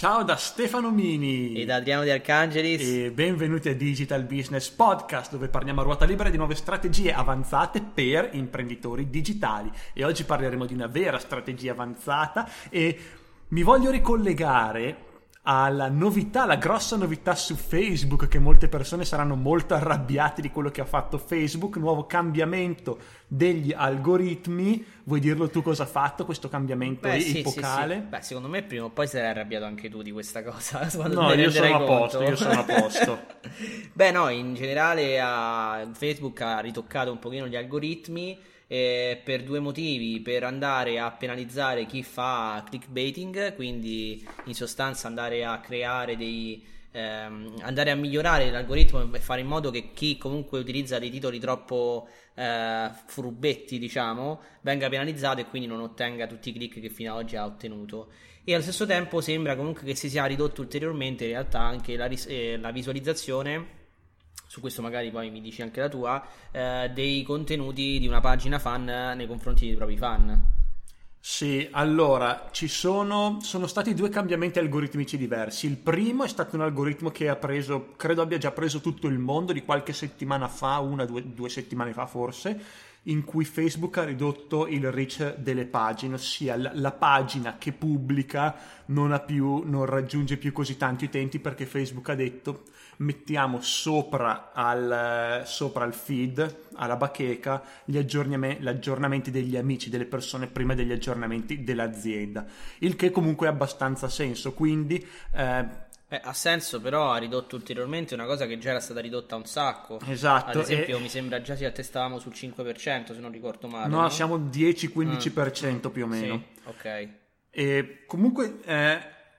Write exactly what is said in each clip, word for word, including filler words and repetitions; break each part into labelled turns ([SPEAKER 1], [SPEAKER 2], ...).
[SPEAKER 1] Ciao da Stefano Mini
[SPEAKER 2] e da Adriano De Arcangelis
[SPEAKER 1] e benvenuti a Digital Business Podcast, dove parliamo a ruota libera di nuove strategie avanzate per imprenditori digitali. E oggi parleremo di una vera strategia avanzata e mi voglio ricollegare alla novità, la grossa novità su Facebook, che molte persone saranno molto arrabbiate di quello che ha fatto Facebook, nuovo cambiamento degli algoritmi. Vuoi dirlo tu cosa ha fatto questo cambiamento
[SPEAKER 2] Beh, sì,
[SPEAKER 1] epocale?
[SPEAKER 2] sì, sì. Beh, secondo me prima o poi sarai arrabbiato anche tu di questa cosa.
[SPEAKER 1] No, io sono a posto, io sono a posto.
[SPEAKER 2] Beh, no, in generale uh, Facebook ha ritoccato un pochino gli algoritmi eh, per due motivi: per andare a penalizzare chi fa clickbaiting, quindi in sostanza andare a creare dei ehm, andare a migliorare l'algoritmo e fare in modo che chi comunque utilizza dei titoli troppo eh, furbetti, diciamo, venga penalizzato e quindi non ottenga tutti i click che fino ad oggi ha ottenuto. E allo stesso tempo sembra comunque che si sia ridotto ulteriormente in realtà anche la, ris- eh, la visualizzazione, su questo magari poi mi dici anche la tua, eh, dei contenuti di una pagina fan nei confronti dei propri fan.
[SPEAKER 1] Sì, allora, ci sono, sono stati due cambiamenti algoritmici diversi. Il primo è stato un algoritmo che ha preso, credo abbia già preso tutto il mondo, di qualche settimana fa, una, due, due settimane fa forse, in cui Facebook ha ridotto il reach delle pagine, ossia la, la pagina che pubblica non ha più, non raggiunge più così tanti utenti, perché Facebook ha detto: mettiamo sopra al, sopra al feed, alla bacheca, gli aggiornamenti, gli aggiornamenti degli amici, delle persone, prima degli aggiornamenti dell'azienda, il che comunque ha abbastanza senso. Quindi eh,
[SPEAKER 2] Eh, ha senso, però ha ridotto ulteriormente una cosa che già era stata ridotta un sacco.
[SPEAKER 1] Esatto.
[SPEAKER 2] Ad esempio,
[SPEAKER 1] e...
[SPEAKER 2] mi sembra già si attestavamo sul cinque per cento, se non ricordo male.
[SPEAKER 1] No,
[SPEAKER 2] no?
[SPEAKER 1] siamo dieci quindici per cento più o meno.
[SPEAKER 2] Sì, ok.
[SPEAKER 1] E comunque eh,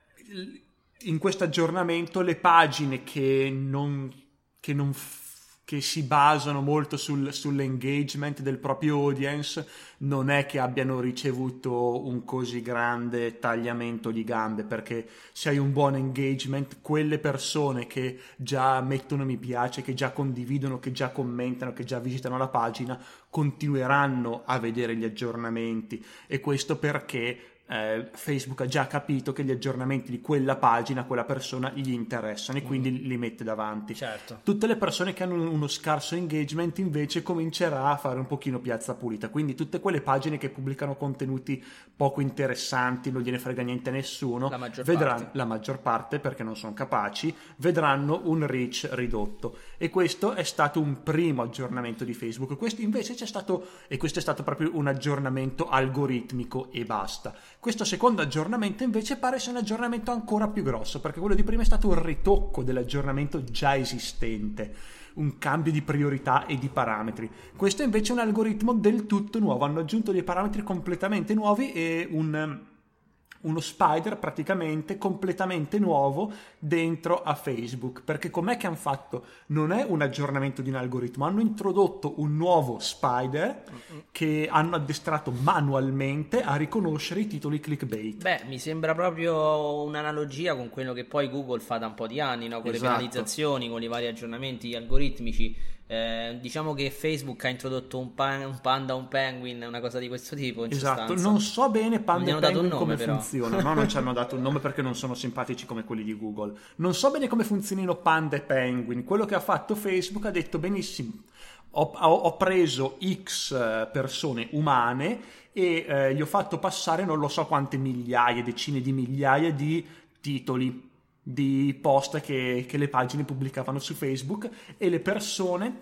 [SPEAKER 1] in questo aggiornamento le pagine che non, che non che si basano molto sul, sull'engagement del proprio audience non è che abbiano ricevuto un così grande tagliamento di gambe, perché se hai un buon engagement, quelle persone che già mettono mi piace, che già condividono, che già commentano, che già visitano la pagina, continueranno a vedere gli aggiornamenti. E questo perché Eh, Facebook ha già capito che gli aggiornamenti di quella pagina, quella persona gli interessano, e quindi mm. li mette davanti.
[SPEAKER 2] Certo.
[SPEAKER 1] Tutte le persone che hanno uno scarso engagement invece comincerà a fare un pochino piazza pulita, quindi tutte quelle pagine che pubblicano contenuti poco interessanti, non gliene frega niente a nessuno,
[SPEAKER 2] la maggior
[SPEAKER 1] vedranno,
[SPEAKER 2] parte.
[SPEAKER 1] la maggior parte perché non sono capaci, vedranno un reach ridotto. E questo è stato un primo aggiornamento di Facebook. Questo invece c'è stato, e questo è stato proprio un aggiornamento algoritmico e basta. Questo secondo aggiornamento invece pare sia un aggiornamento ancora più grosso, perché quello di prima è stato un ritocco dell'aggiornamento già esistente, un cambio di priorità e di parametri. Questo invece è un algoritmo del tutto nuovo, hanno aggiunto dei parametri completamente nuovi e un... uno spider praticamente completamente nuovo dentro a Facebook. Perché com'è che hanno fatto? Non è un aggiornamento di un algoritmo, hanno introdotto un nuovo spider che hanno addestrato manualmente a riconoscere i titoli clickbait.
[SPEAKER 2] Beh, mi sembra proprio un'analogia con quello che poi Google fa da un po' di anni, no? Con
[SPEAKER 1] Esatto.
[SPEAKER 2] le penalizzazioni, con i vari aggiornamenti algoritmici. Eh, diciamo che Facebook ha introdotto un, pan, un panda, un penguin, una cosa di questo tipo in
[SPEAKER 1] esatto,
[SPEAKER 2] sostanza.
[SPEAKER 1] Non so bene panda e penguin
[SPEAKER 2] nome,
[SPEAKER 1] come
[SPEAKER 2] però.
[SPEAKER 1] funzionano, no? Non ci hanno dato un nome perché non sono simpatici come quelli di Google. Non so bene come funzionino panda e penguin. Quello che ha fatto Facebook ha detto: benissimo, ho, ho preso X persone umane e eh, gli ho fatto passare non lo so quante migliaia, decine di migliaia di titoli, di post che, che le pagine pubblicavano su Facebook, e le persone,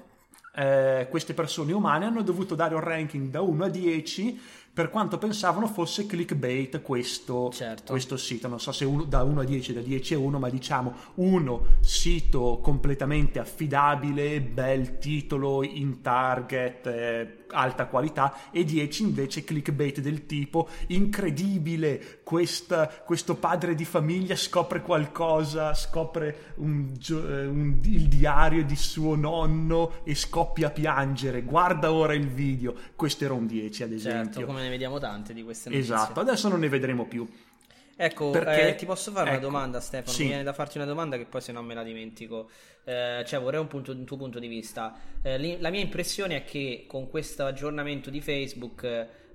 [SPEAKER 1] eh, queste persone umane hanno dovuto dare un ranking da uno a dieci per quanto pensavano fosse clickbait questo,
[SPEAKER 2] certo.
[SPEAKER 1] questo sito. Non so se uno, da uno a dieci, da dieci a uno, ma diciamo uno sito completamente affidabile, bel titolo, in target, eh, alta qualità, e dieci invece clickbait del tipo: incredibile, questa, questo padre di famiglia scopre qualcosa, scopre un, un, il diario di suo nonno e scoppia a piangere, guarda ora il video. Questo era un dieci, ad esempio.
[SPEAKER 2] Certo, come ne vediamo tante di queste notizie.
[SPEAKER 1] Esatto, adesso non ne vedremo più.
[SPEAKER 2] Ecco,
[SPEAKER 1] Perché,
[SPEAKER 2] eh, ti posso fare
[SPEAKER 1] ecco,
[SPEAKER 2] una domanda, Stefano?
[SPEAKER 1] Sì.
[SPEAKER 2] Mi viene da farti una domanda che poi se no me la dimentico. Eh, cioè vorrei un, punto, un tuo punto di vista. Eh, li, la mia impressione è che con questo aggiornamento di Facebook eh,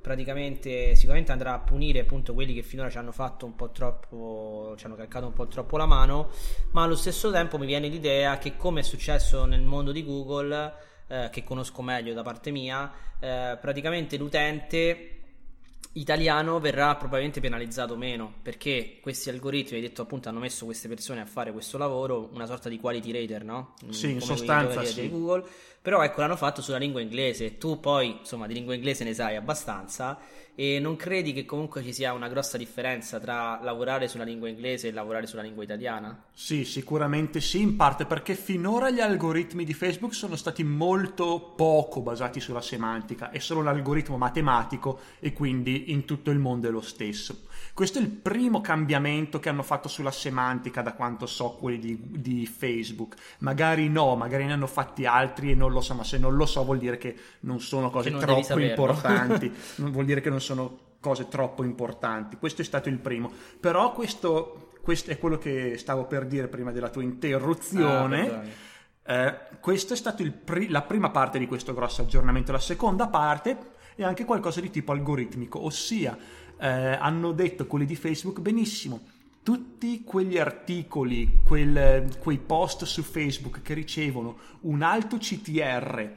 [SPEAKER 2] praticamente sicuramente andrà a punire appunto quelli che finora ci hanno fatto un po' troppo, ci hanno calcato un po' troppo la mano, ma allo stesso tempo mi viene l'idea che, come è successo nel mondo di Google, eh, che conosco meglio da parte mia, eh, praticamente l'utente italiano verrà probabilmente penalizzato meno, perché questi algoritmi, hai detto appunto, hanno messo queste persone a fare questo lavoro, una sorta di quality rater, no?
[SPEAKER 1] Sì, in
[SPEAKER 2] Come
[SPEAKER 1] sostanza
[SPEAKER 2] di
[SPEAKER 1] sì.
[SPEAKER 2] Google, però ecco, l'hanno fatto sulla lingua inglese. Tu poi insomma di lingua inglese ne sai abbastanza, e non credi che comunque ci sia una grossa differenza tra lavorare sulla lingua inglese e lavorare sulla lingua italiana?
[SPEAKER 1] Sì, sicuramente sì, in parte perché finora gli algoritmi di Facebook sono stati molto poco basati sulla semantica, è solo un algoritmo matematico e quindi in tutto il mondo è lo stesso. Questo è il primo cambiamento che hanno fatto sulla semantica, da quanto so, quelli di, di Facebook. Magari no, magari ne hanno fatti altri e non lo so, ma se non lo so vuol dire che non sono cose
[SPEAKER 2] non devi
[SPEAKER 1] troppo
[SPEAKER 2] saperlo.
[SPEAKER 1] importanti, non vuol dire che non sono cose troppo importanti. Questo è stato il primo. Però questo, questo è quello che stavo per dire prima della tua interruzione.
[SPEAKER 2] Ah,
[SPEAKER 1] eh, questo è stato il pri- la prima parte di questo grosso aggiornamento. La seconda parte è anche qualcosa di tipo algoritmico, ossia eh, hanno detto quelli di Facebook benissimo, tutti quegli articoli, quel, quei post su Facebook che ricevono un alto C T R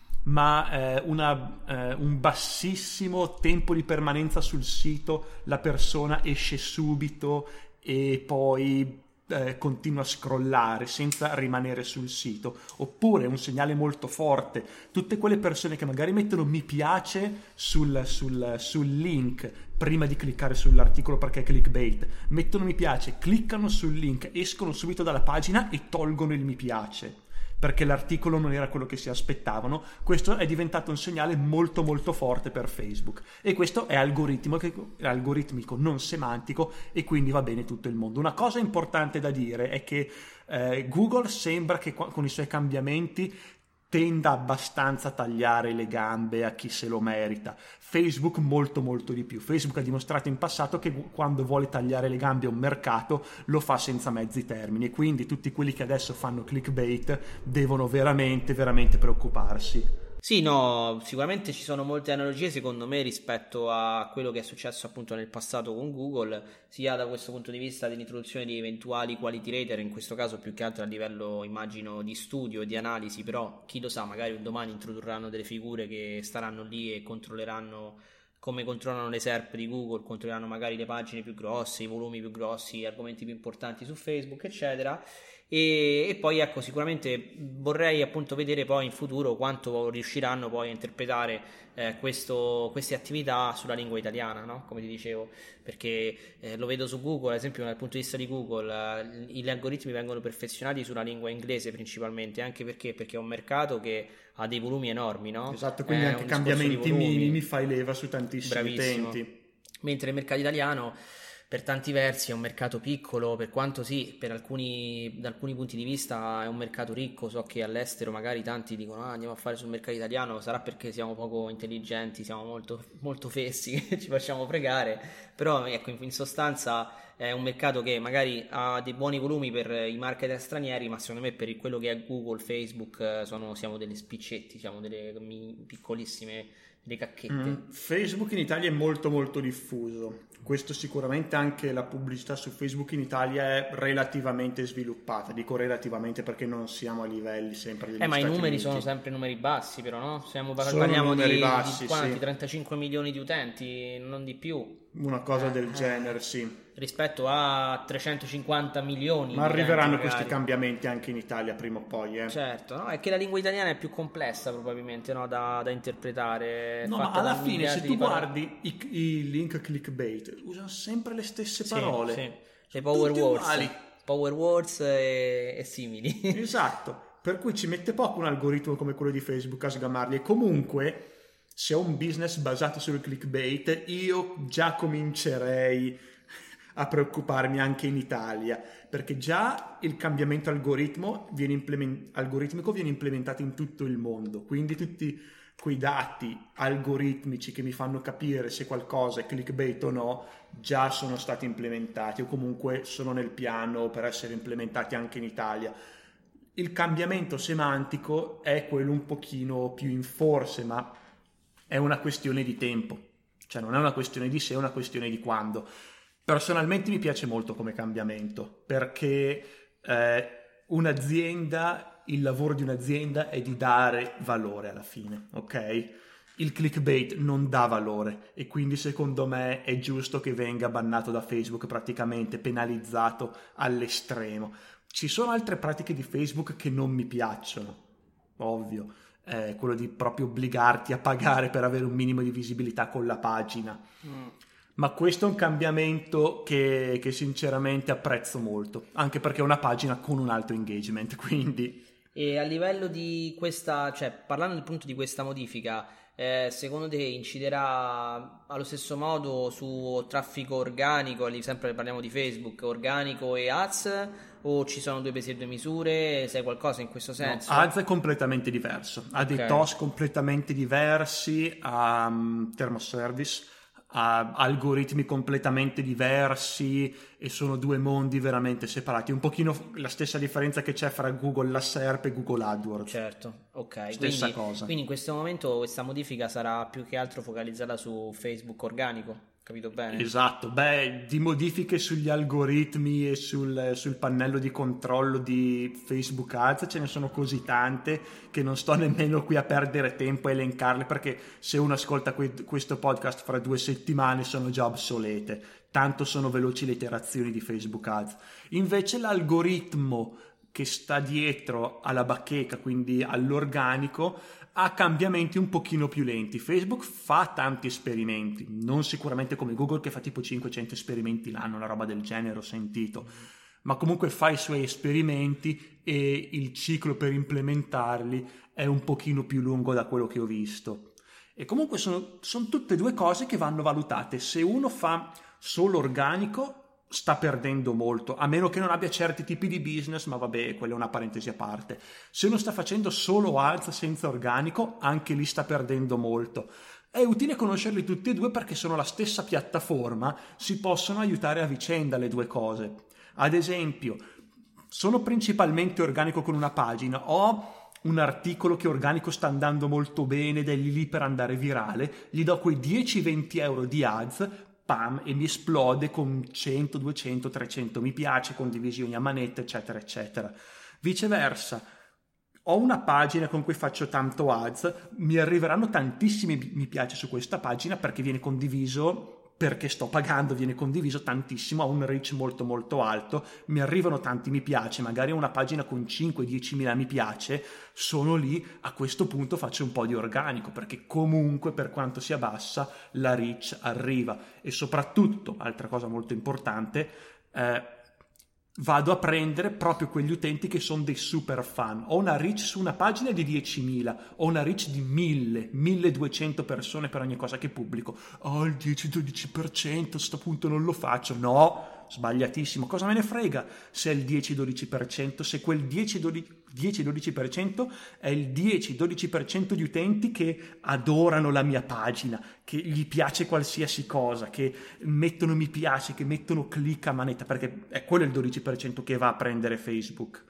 [SPEAKER 1] ma eh, una, eh, un bassissimo tempo di permanenza sul sito, la persona esce subito e poi eh, continua a scrollare senza rimanere sul sito, oppure un segnale molto forte, tutte quelle persone che magari mettono mi piace sul, sul, sul link prima di cliccare sull'articolo perché è clickbait, mettono mi piace, cliccano sul link, escono subito dalla pagina e tolgono il mi piace perché l'articolo non era quello che si aspettavano. Questo è diventato un segnale molto molto forte per Facebook, e questo è algoritmico, è algoritmico non semantico, e quindi va bene tutto il mondo. Una cosa importante da dire è che eh, Google sembra che con i suoi cambiamenti tenda abbastanza a tagliare le gambe a chi se lo merita. Facebook molto molto di più. Facebook ha dimostrato in passato che quando vuole tagliare le gambe a un mercato lo fa senza mezzi termini, e quindi tutti quelli che adesso fanno clickbait devono veramente veramente preoccuparsi.
[SPEAKER 2] Sì, no, sicuramente ci sono molte analogie secondo me rispetto a quello che è successo appunto nel passato con Google, sia da questo punto di vista dell'introduzione di eventuali quality rater, in questo caso più che altro a livello immagino di studio e di analisi, però chi lo sa, magari un domani introdurranno delle figure che staranno lì e controlleranno, come controllano le S E R P di Google, controlleranno magari le pagine più grosse, i volumi più grossi, gli argomenti più importanti su Facebook, eccetera. E, e poi ecco, sicuramente vorrei appunto vedere poi in futuro quanto riusciranno poi a interpretare eh, questo, queste attività sulla lingua italiana, no? Come ti dicevo, perché eh, lo vedo su Google, ad esempio dal punto di vista di Google, eh, gli algoritmi vengono perfezionati sulla lingua inglese principalmente, anche perché perché è un mercato che ha dei volumi enormi, no?
[SPEAKER 1] Esatto, quindi
[SPEAKER 2] È
[SPEAKER 1] anche
[SPEAKER 2] un discorso di
[SPEAKER 1] cambiamenti
[SPEAKER 2] volumi.
[SPEAKER 1] minimi fai leva su tantissimi
[SPEAKER 2] Bravissimo.
[SPEAKER 1] utenti.
[SPEAKER 2] Mentre il mercato italiano per tanti versi è un mercato piccolo, per quanto sì, per alcuni, da alcuni punti di vista è un mercato ricco. So che all'estero magari tanti dicono ah, andiamo a fare sul mercato italiano, sarà perché siamo poco intelligenti, siamo molto, molto fessi, ci facciamo fregare, però ecco, in, in sostanza è un mercato che magari ha dei buoni volumi per i marketer stranieri, ma secondo me per quello che è Google, Facebook, sono, siamo delle spiccetti, siamo delle piccolissime, delle cacchette.
[SPEAKER 1] Mm. Facebook in Italia è molto molto diffuso. Questo sicuramente, anche la pubblicità su Facebook in Italia è relativamente sviluppata. Dico relativamente perché non siamo a livelli sempre degli
[SPEAKER 2] Eh, ma
[SPEAKER 1] Stati
[SPEAKER 2] i numeri
[SPEAKER 1] Uniti.
[SPEAKER 2] sono sempre numeri bassi, però, no? Siamo,
[SPEAKER 1] Sono
[SPEAKER 2] parliamo
[SPEAKER 1] numeri
[SPEAKER 2] di,
[SPEAKER 1] bassi,
[SPEAKER 2] di quanti?
[SPEAKER 1] sì.
[SPEAKER 2] trentacinque milioni di utenti, non di più.
[SPEAKER 1] Una cosa
[SPEAKER 2] Eh,
[SPEAKER 1] del
[SPEAKER 2] eh.
[SPEAKER 1] genere, sì.
[SPEAKER 2] Rispetto a trecentocinquanta milioni.
[SPEAKER 1] Ma
[SPEAKER 2] di
[SPEAKER 1] arriveranno
[SPEAKER 2] utenti,
[SPEAKER 1] questi
[SPEAKER 2] magari.
[SPEAKER 1] cambiamenti anche in Italia prima o poi, eh.
[SPEAKER 2] Certo, no? È che la lingua italiana è più complessa probabilmente, no? da, da interpretare.
[SPEAKER 1] No, ma
[SPEAKER 2] fatta
[SPEAKER 1] alla
[SPEAKER 2] da
[SPEAKER 1] fine, se
[SPEAKER 2] miliardi
[SPEAKER 1] tu
[SPEAKER 2] di parole.
[SPEAKER 1] guardi i, i link clickbait, usano sempre le stesse
[SPEAKER 2] Sì,
[SPEAKER 1] parole.
[SPEAKER 2] sì. Le
[SPEAKER 1] Sono
[SPEAKER 2] power
[SPEAKER 1] tutte
[SPEAKER 2] words,
[SPEAKER 1] uguali.
[SPEAKER 2] power words e, e simili.
[SPEAKER 1] Esatto, per cui ci mette poco un algoritmo come quello di Facebook a sgamarli, e comunque se ho un business basato sul clickbait io già comincerei a preoccuparmi anche in Italia, perché già il cambiamento algoritmo viene implement- algoritmico viene implementato in tutto il mondo, quindi tutti quei dati algoritmici che mi fanno capire se qualcosa è clickbait o no già sono stati implementati, o comunque sono nel piano per essere implementati anche in Italia. Il cambiamento semantico è quello un pochino più in forse, ma è una questione di tempo. Cioè non è una questione di se, è una questione di quando. Personalmente mi piace molto come cambiamento, perché eh, un'azienda, il lavoro di un'azienda è di dare valore alla fine, ok? Il clickbait non dà valore e quindi secondo me è giusto che venga bannato da Facebook, praticamente penalizzato all'estremo. Ci sono altre pratiche di Facebook che non mi piacciono, ovvio, eh, quello di proprio obbligarti a pagare per avere un minimo di visibilità con la pagina. Mm. Ma questo è un cambiamento che, che sinceramente apprezzo molto, anche perché è una pagina con un alto engagement, quindi...
[SPEAKER 2] E a livello di questa, cioè parlando appunto di questa modifica, eh, secondo te inciderà allo stesso modo su traffico organico, lì sempre parliamo di Facebook, organico e ads, o ci sono due pesi e due misure? Sai qualcosa in questo senso?
[SPEAKER 1] No, ads è completamente diverso, ha okay. dei T O S completamente diversi, ha um, thermoservice, ha algoritmi completamente diversi e sono due mondi veramente separati, un pochino la stessa differenza che c'è fra Google la SERP e Google AdWords.
[SPEAKER 2] Certo, ok.
[SPEAKER 1] Stessa
[SPEAKER 2] quindi,
[SPEAKER 1] cosa.
[SPEAKER 2] Quindi in questo momento questa modifica sarà più che altro focalizzata su Facebook organico, capito bene?
[SPEAKER 1] Esatto, beh, di modifiche sugli algoritmi e sul, sul pannello di controllo di Facebook Ads ce ne sono così tante che non sto nemmeno qui a perdere tempo a elencarle, perché se uno ascolta que- questo podcast fra due settimane sono già obsolete, tanto sono veloci le iterazioni di Facebook Ads. Invece l'algoritmo che sta dietro alla bacheca, quindi all'organico, ha cambiamenti un pochino più lenti. Facebook fa tanti esperimenti, non sicuramente come Google che fa tipo cinquecento esperimenti l'anno, una roba del genere ho sentito, ma comunque fa i suoi esperimenti e il ciclo per implementarli è un pochino più lungo da quello che ho visto. E comunque sono, sono tutte due cose che vanno valutate. Se uno fa solo organico sta perdendo molto, a meno che non abbia certi tipi di business, ma vabbè, quella è una parentesi a parte. Se uno sta facendo solo ads senza organico, anche lì sta perdendo molto. È utile conoscerli tutti e due perché sono la stessa piattaforma, si possono aiutare a vicenda le due cose. Ad esempio, sono principalmente organico con una pagina, ho un articolo che organico sta andando molto bene ed è lì per andare virale, gli do quei dieci venti euro di ads, pam, e mi esplode con cento, duecento, trecento mi piace, condivisioni a manetta, eccetera, eccetera. Viceversa, ho una pagina con cui faccio tanto ads, mi arriveranno tantissimi mi piace su questa pagina perché viene condiviso, perché sto pagando, viene condiviso tantissimo, ha un reach molto molto alto, mi arrivano tanti mi piace, magari una pagina con cinque dieci mila mi piace, sono lì, a questo punto faccio un po' di organico, perché comunque per quanto sia bassa la reach arriva. E soprattutto, altra cosa molto importante, eh, vado a prendere proprio quegli utenti che sono dei super fan. Ho una reach su una pagina di diecimila, ho una reach di mille, milleduecento persone per ogni cosa che pubblico. Oh, il dieci dodici per cento, a sto punto non lo faccio. No, sbagliatissimo. Cosa me ne frega se è il dieci dodici per cento, se quel dieci dodici per cento è il dieci dodici per cento di utenti che adorano la mia pagina, che gli piace qualsiasi cosa, che mettono mi piace, che mettono click a manetta, perché è quello il dodici per cento che va a prendere Facebook,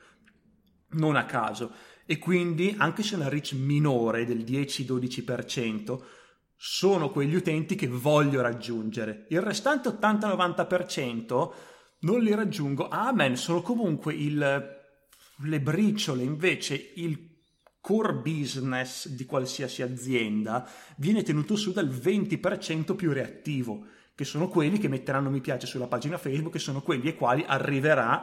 [SPEAKER 1] non a caso. E quindi anche se è una reach minore del dieci dodici per cento, sono quegli utenti che voglio raggiungere. Il restante ottanta novanta per cento non li raggiungo. Amen, sono comunque il, le briciole. Invece il core business di qualsiasi azienda viene tenuto su dal venti per cento più reattivo, che sono quelli che metteranno mi piace sulla pagina Facebook, e sono quelli ai quali arriverà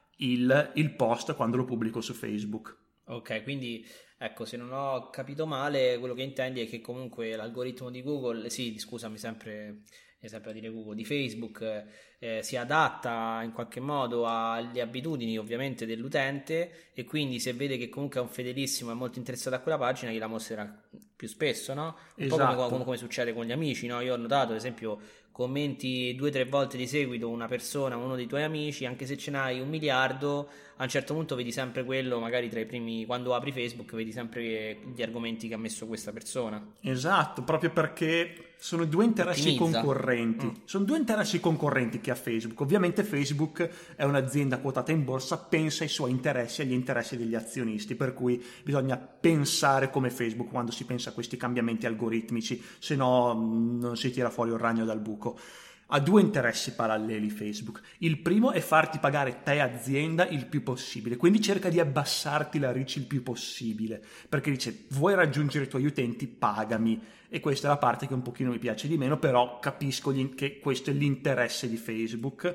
[SPEAKER 1] il, il post quando lo pubblico su Facebook.
[SPEAKER 2] Ok, quindi ecco, se non ho capito male, quello che intendi è che comunque l'algoritmo di Google, sì, scusami, sempre, sempre a dire Google, di Facebook, eh, si adatta in qualche modo alle abitudini ovviamente dell'utente, e quindi se vede che comunque è un fedelissimo e molto interessato a quella pagina, gliela mostrerà più spesso, no? Un esatto. po' come, come, come succede con gli amici, no? Io ho notato, ad esempio, commenti due o tre volte di seguito una persona, uno dei tuoi amici, anche se ce n'hai un miliardo, a un certo punto vedi sempre quello, magari tra i primi, quando apri Facebook vedi sempre gli argomenti che ha messo questa persona.
[SPEAKER 1] Esatto, proprio perché sono due interessi
[SPEAKER 2] Ottimizza.
[SPEAKER 1] concorrenti.
[SPEAKER 2] Mm.
[SPEAKER 1] Sono due interessi concorrenti che ha Facebook. Ovviamente Facebook è un'azienda quotata in borsa, pensa ai suoi interessi e agli interessi degli azionisti, per cui bisogna pensare come Facebook quando si pensa a questi cambiamenti algoritmici, se no non si tira fuori un ragno dal buco. Ha due interessi paralleli Facebook. Il primo è farti pagare te azienda il più possibile, quindi cerca di abbassarti la reach il più possibile, perché dice vuoi raggiungere i tuoi utenti, pagami, e questa è la parte che un pochino mi piace di meno, però capisco gli, che questo è l'interesse di Facebook,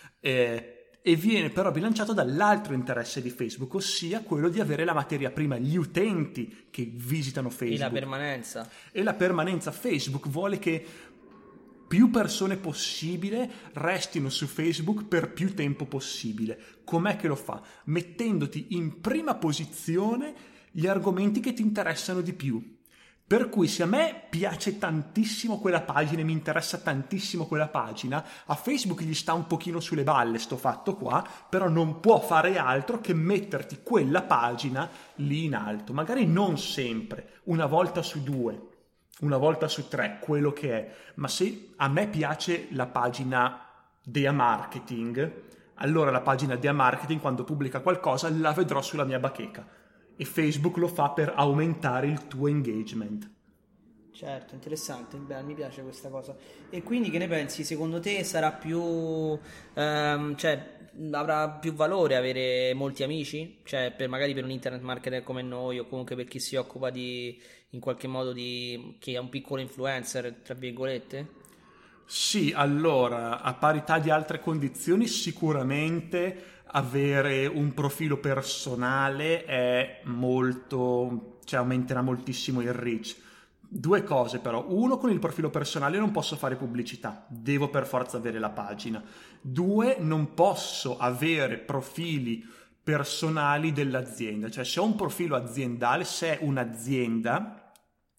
[SPEAKER 1] eh, e viene però bilanciato dall'altro interesse di Facebook, ossia quello di avere la materia prima, gli utenti che visitano Facebook.
[SPEAKER 2] E la permanenza.
[SPEAKER 1] E la permanenza. Facebook vuole che più persone possibile restino su Facebook per più tempo possibile. Com'è che lo fa? Mettendoti in prima posizione gli argomenti che ti interessano di più. Per cui se a me piace tantissimo quella pagina e mi interessa tantissimo quella pagina, a Facebook gli sta un pochino sulle balle sto fatto qua, però non può fare altro che metterti quella pagina lì in alto. Magari non sempre, una volta su due, una volta su tre, quello che è. Ma se a me piace la pagina Dea Marketing, allora la pagina Dea Marketing quando pubblica qualcosa la vedrò sulla mia bacheca. E Facebook lo fa per aumentare il tuo engagement.
[SPEAKER 2] Certo, interessante, beh, mi piace questa cosa. E quindi che ne pensi? Secondo te sarà più, ehm, cioè, avrà più valore avere molti amici? Cioè, per, magari per un internet marketer come noi o comunque per chi si occupa di, in qualche modo di, che è un piccolo influencer, tra virgolette?
[SPEAKER 1] Sì, allora, a parità di altre condizioni, sicuramente avere un profilo personale è molto, cioè aumenterà moltissimo il reach. Due cose però: uno, con il profilo personale non posso fare pubblicità, devo per forza avere la pagina. Due, non posso avere profili personali dell'azienda, cioè se ho un profilo aziendale, se è un'azienda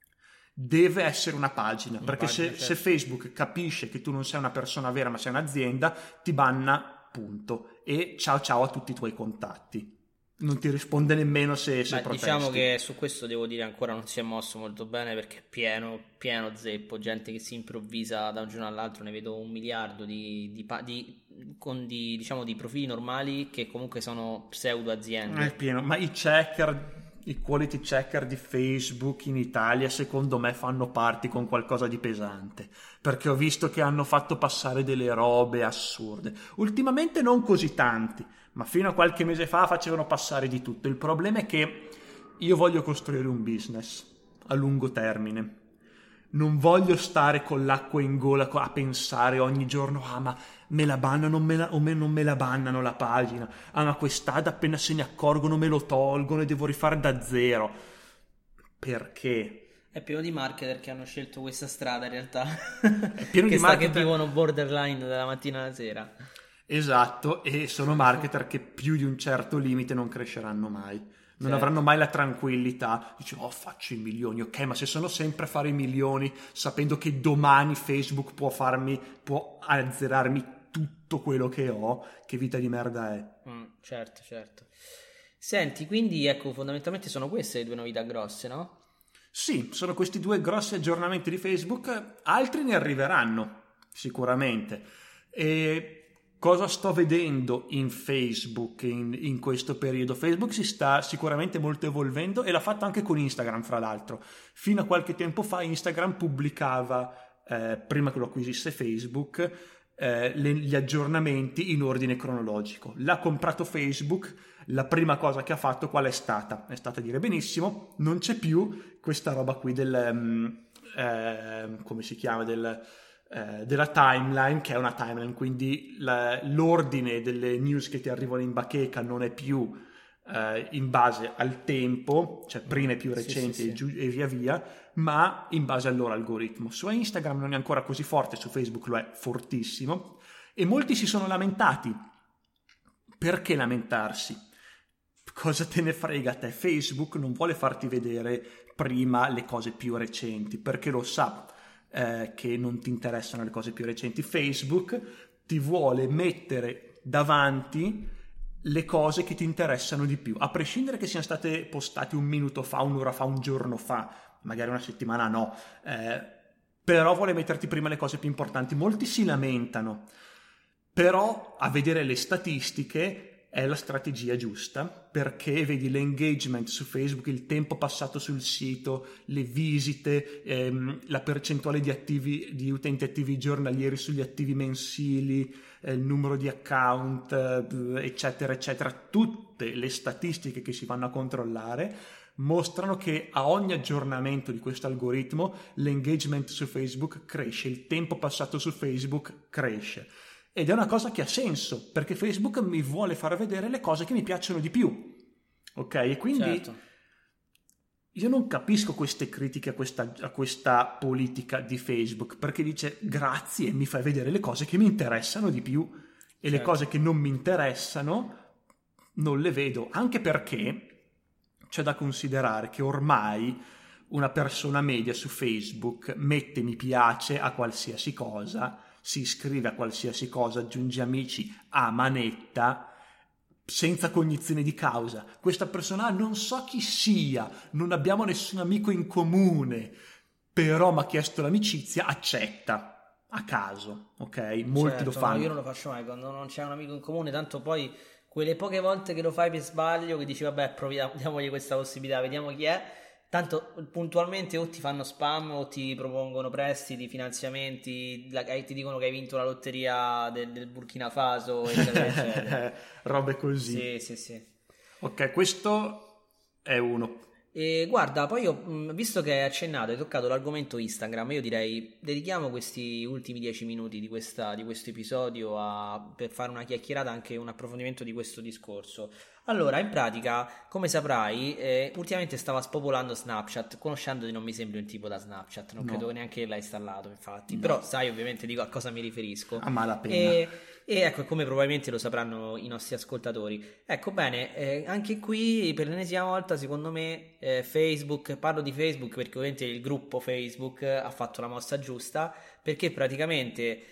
[SPEAKER 1] deve essere una pagina,
[SPEAKER 2] Una
[SPEAKER 1] perché
[SPEAKER 2] pagina,
[SPEAKER 1] se,
[SPEAKER 2] certo.
[SPEAKER 1] se Facebook capisce che tu non sei una persona vera ma sei un'azienda, ti banna, punto, e ciao ciao a tutti i tuoi contatti, non ti risponde nemmeno se, se
[SPEAKER 2] Beh,
[SPEAKER 1] protesti.
[SPEAKER 2] diciamo che su questo devo dire ancora non si è mosso molto bene, perché è pieno, pieno zeppo, gente che si improvvisa da un giorno all'altro. Ne vedo un miliardo di, di, pa- di, con di, diciamo, di profili normali che comunque sono pseudo aziende.
[SPEAKER 1] È pieno, ma i checker, i quality checker di Facebook in Italia secondo me fanno parti con qualcosa di pesante, perché ho visto che hanno fatto passare delle robe assurde. Ultimamente non così tanti, ma fino a qualche mese fa facevano passare di tutto. Il problema è che io voglio costruire un business a lungo termine. Non voglio stare con l'acqua in gola a pensare ogni giorno: ah, ma me la bannano me la, o me, non me la bannano la pagina, ah, ma quest'ad appena se ne accorgono me lo tolgono e devo rifare da zero. Perché?
[SPEAKER 2] È pieno di marketer che hanno scelto questa strada in realtà.
[SPEAKER 1] È pieno
[SPEAKER 2] che
[SPEAKER 1] di
[SPEAKER 2] sta
[SPEAKER 1] marketer
[SPEAKER 2] che vivono borderline dalla mattina alla sera.
[SPEAKER 1] Esatto, e sono marketer che più di un certo limite non cresceranno mai. Non
[SPEAKER 2] Certo.
[SPEAKER 1] avranno mai la tranquillità. Dice: oh, faccio i milioni. Ok, ma se sono sempre a fare i milioni, sapendo che domani Facebook può farmi, può azzerarmi tutto quello che ho, che vita di merda è?
[SPEAKER 2] Mm, certo, certo. Senti, quindi ecco, fondamentalmente sono queste le due novità grosse, no?
[SPEAKER 1] Sì, sono questi due grossi aggiornamenti di Facebook, altri ne arriveranno sicuramente. E cosa sto vedendo in Facebook in, in questo periodo? Facebook si sta sicuramente molto evolvendo, e l'ha fatto anche con Instagram, fra l'altro. Fino a qualche tempo fa Instagram pubblicava, eh, prima che lo acquisisse Facebook, eh, le, gli aggiornamenti in ordine cronologico. L'ha comprato Facebook. La prima cosa che ha fatto qual è stata? È stata dire: benissimo, non c'è più questa roba qui del um, eh, come si chiama, del, eh, della timeline, che è una timeline, quindi la, l'ordine delle news che ti arrivano in bacheca non è più eh, in base al tempo, cioè prime più recenti,
[SPEAKER 2] sì, sì,
[SPEAKER 1] e, giù, e via via, ma in base al loro algoritmo. Su Instagram non è ancora così forte, su Facebook lo è fortissimo, e molti si sono lamentati. Perché lamentarsi? Cosa te ne frega a te? Facebook non vuole farti vedere prima le cose più recenti, perché lo sa. eh, che non ti interessano le cose più recenti. Facebook ti vuole mettere davanti le cose che ti interessano di più, a prescindere che siano state postate un minuto fa, un'ora fa, un giorno fa, magari una settimana no, eh, però vuole metterti prima le cose più importanti. Molti si lamentano, però a vedere le statistiche è la strategia giusta, perché vedi l'engagement su Facebook, il tempo passato sul sito, le visite, ehm, la percentuale di attivi, di utenti attivi giornalieri sugli attivi mensili, eh, il numero di account, eh, eccetera, eccetera. Tutte le statistiche che si vanno a controllare mostrano che a ogni aggiornamento di questo algoritmo l'engagement su Facebook cresce, il tempo passato su Facebook cresce. Ed è una cosa che ha senso, perché Facebook mi vuole far vedere le cose che mi piacciono di più, ok? E quindi certo. Io non capisco queste critiche a questa, a questa politica di Facebook, perché dice grazie, mi fai vedere le cose che mi interessano di più e certo. Le cose che non mi interessano non le vedo, anche perché c'è da considerare che ormai una persona media su Facebook mette mi piace a qualsiasi cosa, si iscrive a qualsiasi cosa, aggiunge amici a manetta, senza cognizione di causa. Questa persona non so chi sia, non abbiamo nessun amico in comune, però mi ha chiesto l'amicizia, accetta a caso, ok? Molti
[SPEAKER 2] certo,
[SPEAKER 1] lo fanno.
[SPEAKER 2] No, io non lo faccio mai quando non c'è un amico in comune, tanto poi quelle poche volte che lo fai per sbaglio, che dici vabbè proviamo, diamogli questa possibilità, vediamo chi è. Tanto puntualmente o ti fanno spam o ti propongono prestiti, finanziamenti, la, ti dicono che hai vinto la lotteria del, del Burkina Faso, eccetera, eccetera.
[SPEAKER 1] Robe così.
[SPEAKER 2] Sì, sì, sì.
[SPEAKER 1] Ok, questo è uno.
[SPEAKER 2] E guarda, poi io, visto che hai accennato, hai toccato l'argomento Instagram, io direi dedichiamo questi ultimi dieci minuti di, questa, di questo episodio a, per fare una chiacchierata, anche un approfondimento di questo discorso. Allora, in pratica, come saprai, eh, ultimamente stava spopolando Snapchat. Conoscendoti non mi sembri un tipo da Snapchat, non no. credo che neanche l'hai installato, infatti. No. Però sai ovviamente dico a cosa mi riferisco.
[SPEAKER 1] A malapena.
[SPEAKER 2] E, e ecco, come probabilmente lo sapranno i nostri ascoltatori. Ecco, bene, eh, anche qui per l'ennesima volta, secondo me, eh, Facebook, parlo di Facebook perché ovviamente il gruppo Facebook ha fatto la mossa giusta, perché praticamente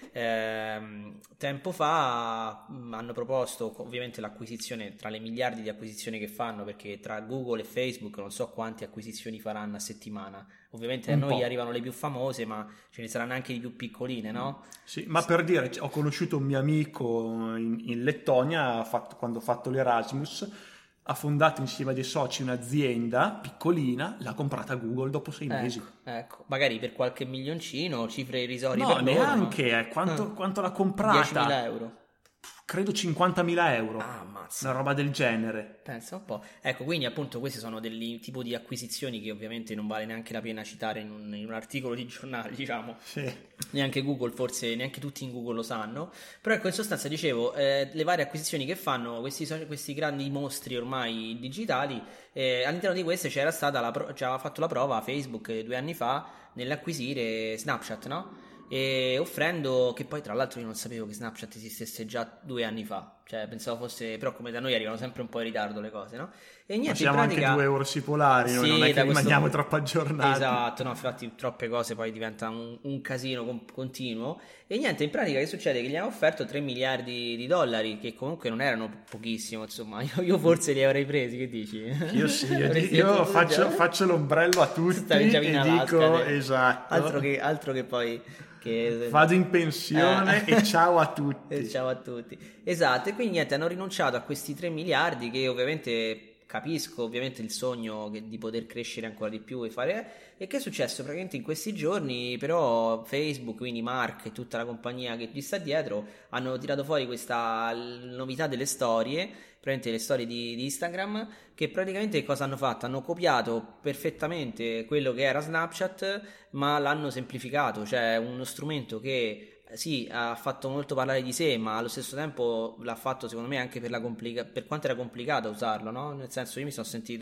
[SPEAKER 2] ehm, tempo fa mh, hanno proposto ovviamente l'acquisizione, tra le miliardi di acquisizioni che fanno, perché tra Google e Facebook non so quante acquisizioni faranno a settimana. Ovviamente a noi po'. arrivano le più famose, ma ce ne saranno anche di più piccoline, no?
[SPEAKER 1] Sì, ma per dire, ho conosciuto un mio amico in, in Lettonia, ha fatto, quando ho fatto l'Erasmus, ha fondato insieme a dei soci un'azienda piccolina, l'ha comprata Google dopo sei
[SPEAKER 2] ecco,
[SPEAKER 1] mesi.
[SPEAKER 2] Ecco, magari per qualche milioncino, cifre irrisorie
[SPEAKER 1] no,
[SPEAKER 2] per
[SPEAKER 1] neanche,
[SPEAKER 2] loro,
[SPEAKER 1] eh. quanto,
[SPEAKER 2] ah.
[SPEAKER 1] quanto l'ha comprata?
[SPEAKER 2] diecimila euro.
[SPEAKER 1] Credo cinquantamila euro,
[SPEAKER 2] ah, ammazza.
[SPEAKER 1] Una roba del genere.
[SPEAKER 2] Pensa un po'. Ecco, quindi appunto questi sono dei tipo di acquisizioni che ovviamente non vale neanche la pena citare in un, in un articolo di giornale, diciamo.
[SPEAKER 1] Sì.
[SPEAKER 2] Neanche Google, forse neanche tutti in Google lo sanno. Però ecco, in sostanza dicevo, eh, le varie acquisizioni che fanno questi, questi grandi mostri ormai digitali, eh, all'interno di queste c'era stata la pro- ci aveva fatto la prova Facebook due anni fa nell'acquisire Snapchat, no? E offrendo, che poi tra l'altro io non sapevo che Snapchat esistesse già due anni fa, cioè pensavo fosse, però come da noi arrivano sempre un po' in ritardo le cose, no? E niente,
[SPEAKER 1] ma siamo
[SPEAKER 2] in pratica,
[SPEAKER 1] anche due orsi polari,
[SPEAKER 2] sì,
[SPEAKER 1] non è che rimaniamo
[SPEAKER 2] questo...
[SPEAKER 1] troppo aggiornati.
[SPEAKER 2] Esatto, no, infatti troppe cose poi diventa un, un casino con, continuo. E niente, in pratica che succede? Che gli hanno offerto tre miliardi di dollari, che comunque non erano pochissimo, insomma, io, io forse li avrei presi, che dici?
[SPEAKER 1] Io sì, io, io faccio, faccio l'ombrello a tutti e dico, esatto.
[SPEAKER 2] Altro che, altro che poi... Che...
[SPEAKER 1] vado in pensione eh. e ciao a tutti.
[SPEAKER 2] Ciao a tutti. Esatto, e quindi niente, hanno rinunciato a questi tre miliardi che ovviamente capisco, ovviamente il sogno che, di poter crescere ancora di più e fare. E che è successo praticamente in questi giorni? Però Facebook, quindi Mark e tutta la compagnia che gli sta dietro hanno tirato fuori questa novità delle storie, praticamente le storie di, di Instagram, che praticamente cosa hanno fatto? Hanno copiato perfettamente quello che era Snapchat, ma l'hanno semplificato, cioè uno strumento che sì, ha fatto molto parlare di sé, ma allo stesso tempo l'ha fatto secondo me anche per la complica- per quanto era complicato usarlo, no? Nel senso, io mi sono sentito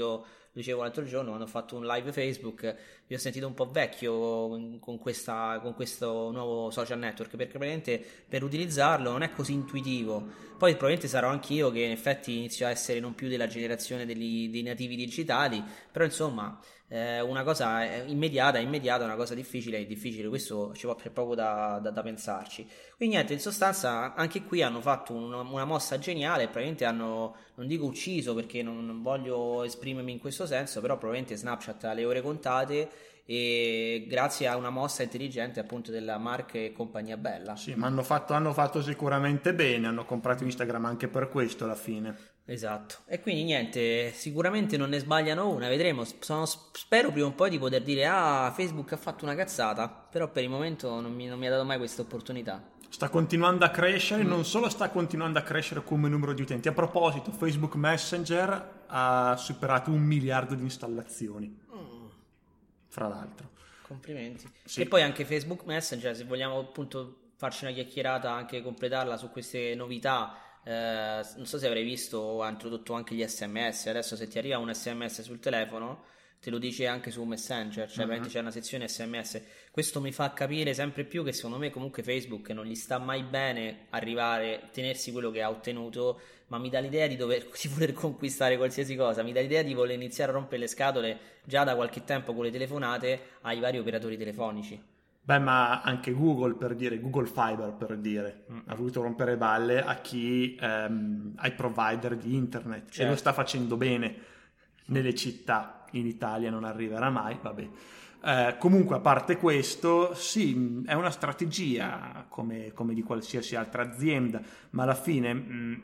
[SPEAKER 2] dicevo l'altro giorno, quando ho fatto un live Facebook, mi ho sentito un po' vecchio con, questa, con questo nuovo social network, perché praticamente per utilizzarlo non è così intuitivo. Poi probabilmente sarò anch'io che in effetti inizio a essere non più della generazione degli, dei nativi digitali, però insomma eh, una cosa è immediata, è immediata, una cosa difficile è difficile, questo ci vuole proprio da, da, da pensarci. Quindi niente, in sostanza anche qui hanno fatto un, una mossa geniale, probabilmente hanno, non dico ucciso perché non, non voglio esprimermi in questo senso, però probabilmente Snapchat ha le ore contate, e grazie a una mossa intelligente appunto della Mark e compagnia bella.
[SPEAKER 1] Sì, ma hanno fatto, hanno fatto sicuramente bene, hanno comprato Instagram anche per questo alla fine.
[SPEAKER 2] Esatto, e quindi niente, sicuramente non ne sbagliano una, vedremo. Sono, spero prima o poi di poter dire ah, Facebook ha fatto una cazzata, però per il momento non mi, non mi ha dato mai questa opportunità.
[SPEAKER 1] Sta continuando a crescere, mm. non solo sta continuando a crescere come numero di utenti. A proposito, Facebook Messenger ha superato un miliardo di installazioni, mm. fra l'altro.
[SPEAKER 2] Complimenti.
[SPEAKER 1] Sì.
[SPEAKER 2] E poi anche Facebook Messenger, se vogliamo appunto farci una chiacchierata, anche completarla su queste novità, eh, non so se avrai visto, ha introdotto anche gli S M S. Adesso se ti arriva un S M S sul telefono te lo dice anche su Messenger, cioè uh-huh. c'è una sezione S M S. Questo mi fa capire sempre più che secondo me comunque Facebook non gli sta mai bene arrivare, tenersi quello che ha ottenuto, ma mi dà l'idea di, dover, di voler conquistare qualsiasi cosa, mi dà l'idea di voler iniziare a rompere le scatole già da qualche tempo con le telefonate ai vari operatori telefonici.
[SPEAKER 1] Beh, ma anche Google, per dire, Google Fiber, per dire, mm. ha voluto rompere balle a chi, ehm, ai provider di internet, certo. E lo sta facendo bene nelle città. In Italia non arriverà mai, vabbè. Eh, comunque, a parte questo, sì, è una strategia come, come di qualsiasi altra azienda, ma alla fine, mh,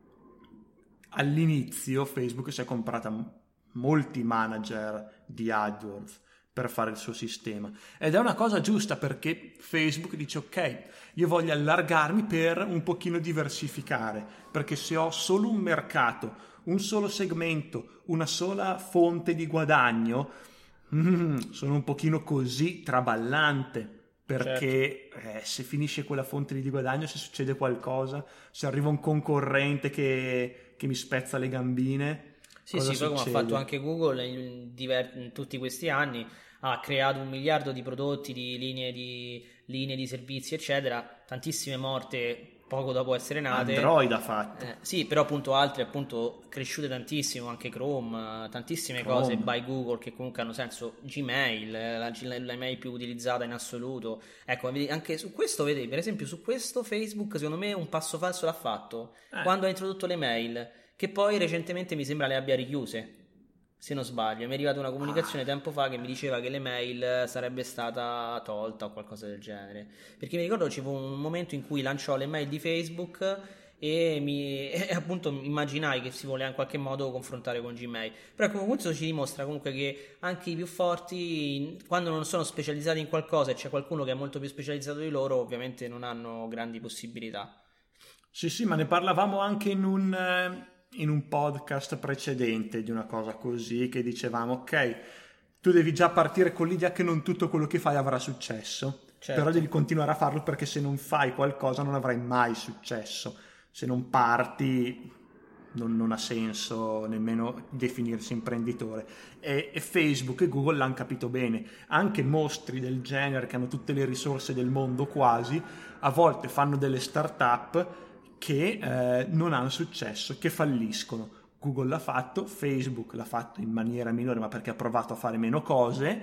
[SPEAKER 1] all'inizio, Facebook si è comprata molti manager di AdWords per fare il suo sistema, ed è una cosa giusta, perché Facebook dice ok, io voglio allargarmi per un pochino diversificare, perché se ho solo un mercato, un solo segmento, una sola fonte di guadagno, mm, sono un pochino così traballante, perché certo. eh, se finisce quella fonte di guadagno, se succede qualcosa, se arriva un concorrente che, che mi spezza le gambine,
[SPEAKER 2] sì, sì, poi come ha fatto anche Google in, diver- in tutti questi anni, ha creato un miliardo di prodotti, di linee di, linee di servizi, eccetera, tantissime morte poco dopo essere nate.
[SPEAKER 1] Android ha fatto.
[SPEAKER 2] Eh, sì, però appunto altre appunto cresciute tantissimo, anche Chrome, tantissime Chrome. Cose by Google che comunque hanno senso, Gmail, la, l'email più utilizzata in assoluto. Ecco, anche su questo, vedi, per esempio su questo Facebook secondo me un passo falso l'ha fatto, eh. quando ha introdotto le mail, che poi recentemente mi sembra le abbia richiuse. Se non sbaglio, mi è arrivata una comunicazione ah. tempo fa che mi diceva che l'email sarebbe stata tolta o qualcosa del genere, perché mi ricordo c'è un momento in cui lanciò l'email di Facebook e, mi, e appunto immaginai che si voleva in qualche modo confrontare con Gmail, però comunque questo ci dimostra comunque che anche i più forti, quando non sono specializzati in qualcosa e c'è qualcuno che è molto più specializzato di loro, ovviamente non hanno grandi possibilità.
[SPEAKER 1] Sì, sì, ma ne parlavamo anche in un... Eh... in un podcast precedente di una cosa così, che dicevamo ok, tu devi già partire con l'idea che non tutto quello che fai avrà successo, certo. Però devi continuare a farlo, perché se non fai qualcosa non avrai mai successo. Se non parti non, non ha senso nemmeno definirsi imprenditore, e, e Facebook e Google l'hanno capito bene. Anche mostri del genere che hanno tutte le risorse del mondo quasi, a volte fanno delle start-up che eh, non hanno successo, che falliscono. Google l'ha fatto, Facebook l'ha fatto in maniera minore, ma perché ha provato a fare meno cose,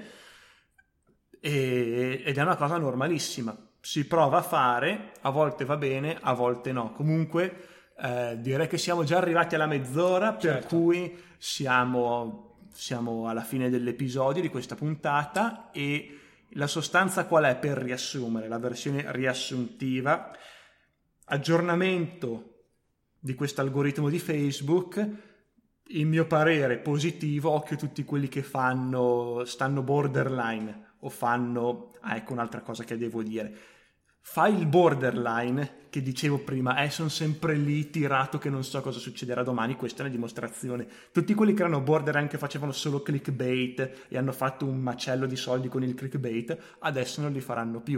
[SPEAKER 1] e, ed è una cosa normalissima. Si prova a fare, a volte va bene, a volte no. Comunque eh, direi che siamo già arrivati alla mezz'ora, per certo. cui siamo, siamo alla fine dell'episodio di questa puntata, e la sostanza qual è, per riassumere, la versione riassuntiva: aggiornamento di questo algoritmo di Facebook, il mio parere positivo. Occhio a tutti quelli che fanno stanno borderline o fanno ah, ecco un'altra cosa che devo dire, fai il borderline che dicevo prima, eh sono sempre lì tirato che non so cosa succederà domani. Questa è una dimostrazione. Tutti quelli che erano borderline, che facevano solo clickbait e hanno fatto un macello di soldi con il clickbait, adesso non li faranno più.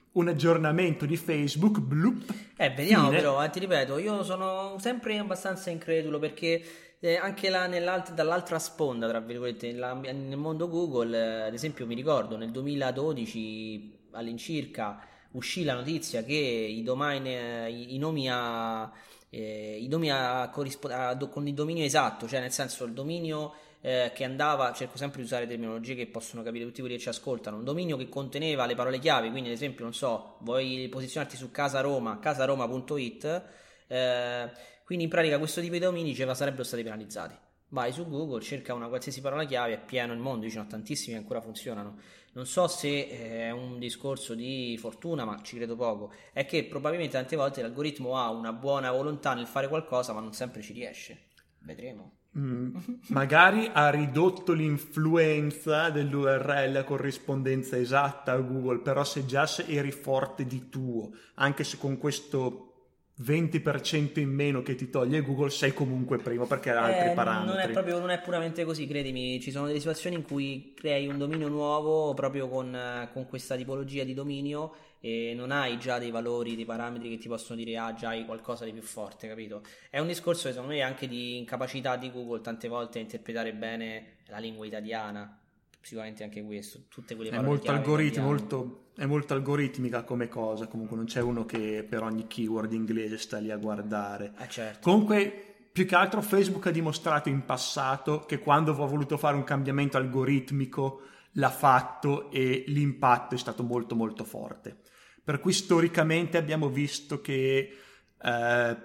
[SPEAKER 1] un aggiornamento di Facebook, bloop,
[SPEAKER 2] Eh, vediamo
[SPEAKER 1] fine.
[SPEAKER 2] però, eh, ti ripeto, io sono sempre abbastanza incredulo perché eh, anche là nell'alt- dall'altra sponda, tra virgolette, nella- nel mondo Google, eh, ad esempio mi ricordo nel duemiladodici all'incirca uscì la notizia che i domain, eh, i, i nomi a, eh, i nomi a corrispo- a do- con il dominio esatto, cioè nel senso il dominio eh, che andava, cerco sempre di usare terminologie che possono capire tutti quelli che ci ascoltano, un dominio che conteneva le parole chiave, quindi ad esempio, non so, vuoi posizionarti su Casa Roma, casaroma punto it, eh, quindi in pratica questo tipo di domini diceva sarebbero stati penalizzati. Vai su Google, cerca una qualsiasi parola chiave, è pieno il mondo, ci sono tantissimi che ancora funzionano. Non so se eh, è un discorso di fortuna, ma ci credo poco. È che probabilmente tante volte l'algoritmo ha una buona volontà nel fare qualcosa, ma non sempre ci riesce. Vedremo.
[SPEAKER 1] Mm, magari ha ridotto l'influenza dell'U R L a corrispondenza esatta a Google, però se già se eri forte di tuo, anche se con questo venti per cento in meno che ti toglie Google, sei comunque primo perché ha altri
[SPEAKER 2] Eh,
[SPEAKER 1] parametri.
[SPEAKER 2] non è proprio, non è puramente così, credimi, ci sono delle situazioni in cui crei un dominio nuovo proprio con, eh, con questa tipologia di dominio e non hai già dei valori, dei parametri che ti possono dire ah già hai qualcosa di più forte, capito? È un discorso che secondo me è anche di incapacità di Google tante volte a interpretare bene la lingua italiana, sicuramente anche questo, tutte quelle
[SPEAKER 1] È
[SPEAKER 2] parole
[SPEAKER 1] molto
[SPEAKER 2] chiave
[SPEAKER 1] algoritmi,
[SPEAKER 2] italiane.
[SPEAKER 1] molto, è molto algoritmica come cosa, comunque non c'è uno che per ogni keyword inglese sta lì a guardare.
[SPEAKER 2] Eh certo.
[SPEAKER 1] Comunque, più che altro Facebook ha dimostrato in passato che quando ha voluto fare un cambiamento algoritmico l'ha fatto e l'impatto è stato molto molto forte. Per cui storicamente abbiamo visto che eh,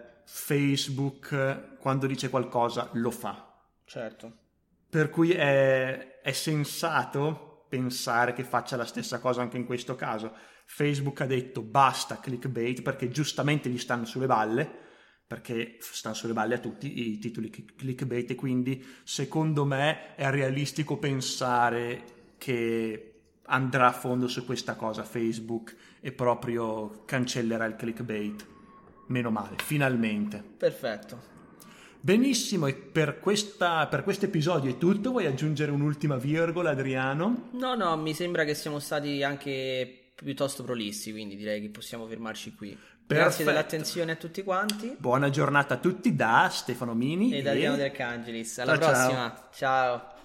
[SPEAKER 1] Facebook quando dice qualcosa lo fa.
[SPEAKER 2] Certo.
[SPEAKER 1] Per cui è, è sensato pensare che faccia la stessa cosa anche in questo caso. Facebook ha detto basta clickbait perché giustamente gli stanno sulle balle, perché stanno sulle balle a tutti i titoli clickbait e quindi secondo me è realistico pensare che andrà a fondo su questa cosa Facebook e proprio cancellerà il clickbait. Meno male, finalmente.
[SPEAKER 2] Perfetto.
[SPEAKER 1] Benissimo, e per questa, per questo episodio è tutto. Vuoi aggiungere un'ultima virgola, Adriano?
[SPEAKER 2] No, no, mi sembra che siamo stati anche piuttosto prolissi, quindi direi che possiamo fermarci qui. Grazie
[SPEAKER 1] Perfetto.
[SPEAKER 2] dell'attenzione a tutti quanti
[SPEAKER 1] Buona giornata a tutti da Stefano Mini
[SPEAKER 2] e da Adriano Del Cangelis. Alla
[SPEAKER 1] Ciao, ciao.
[SPEAKER 2] prossima, ciao.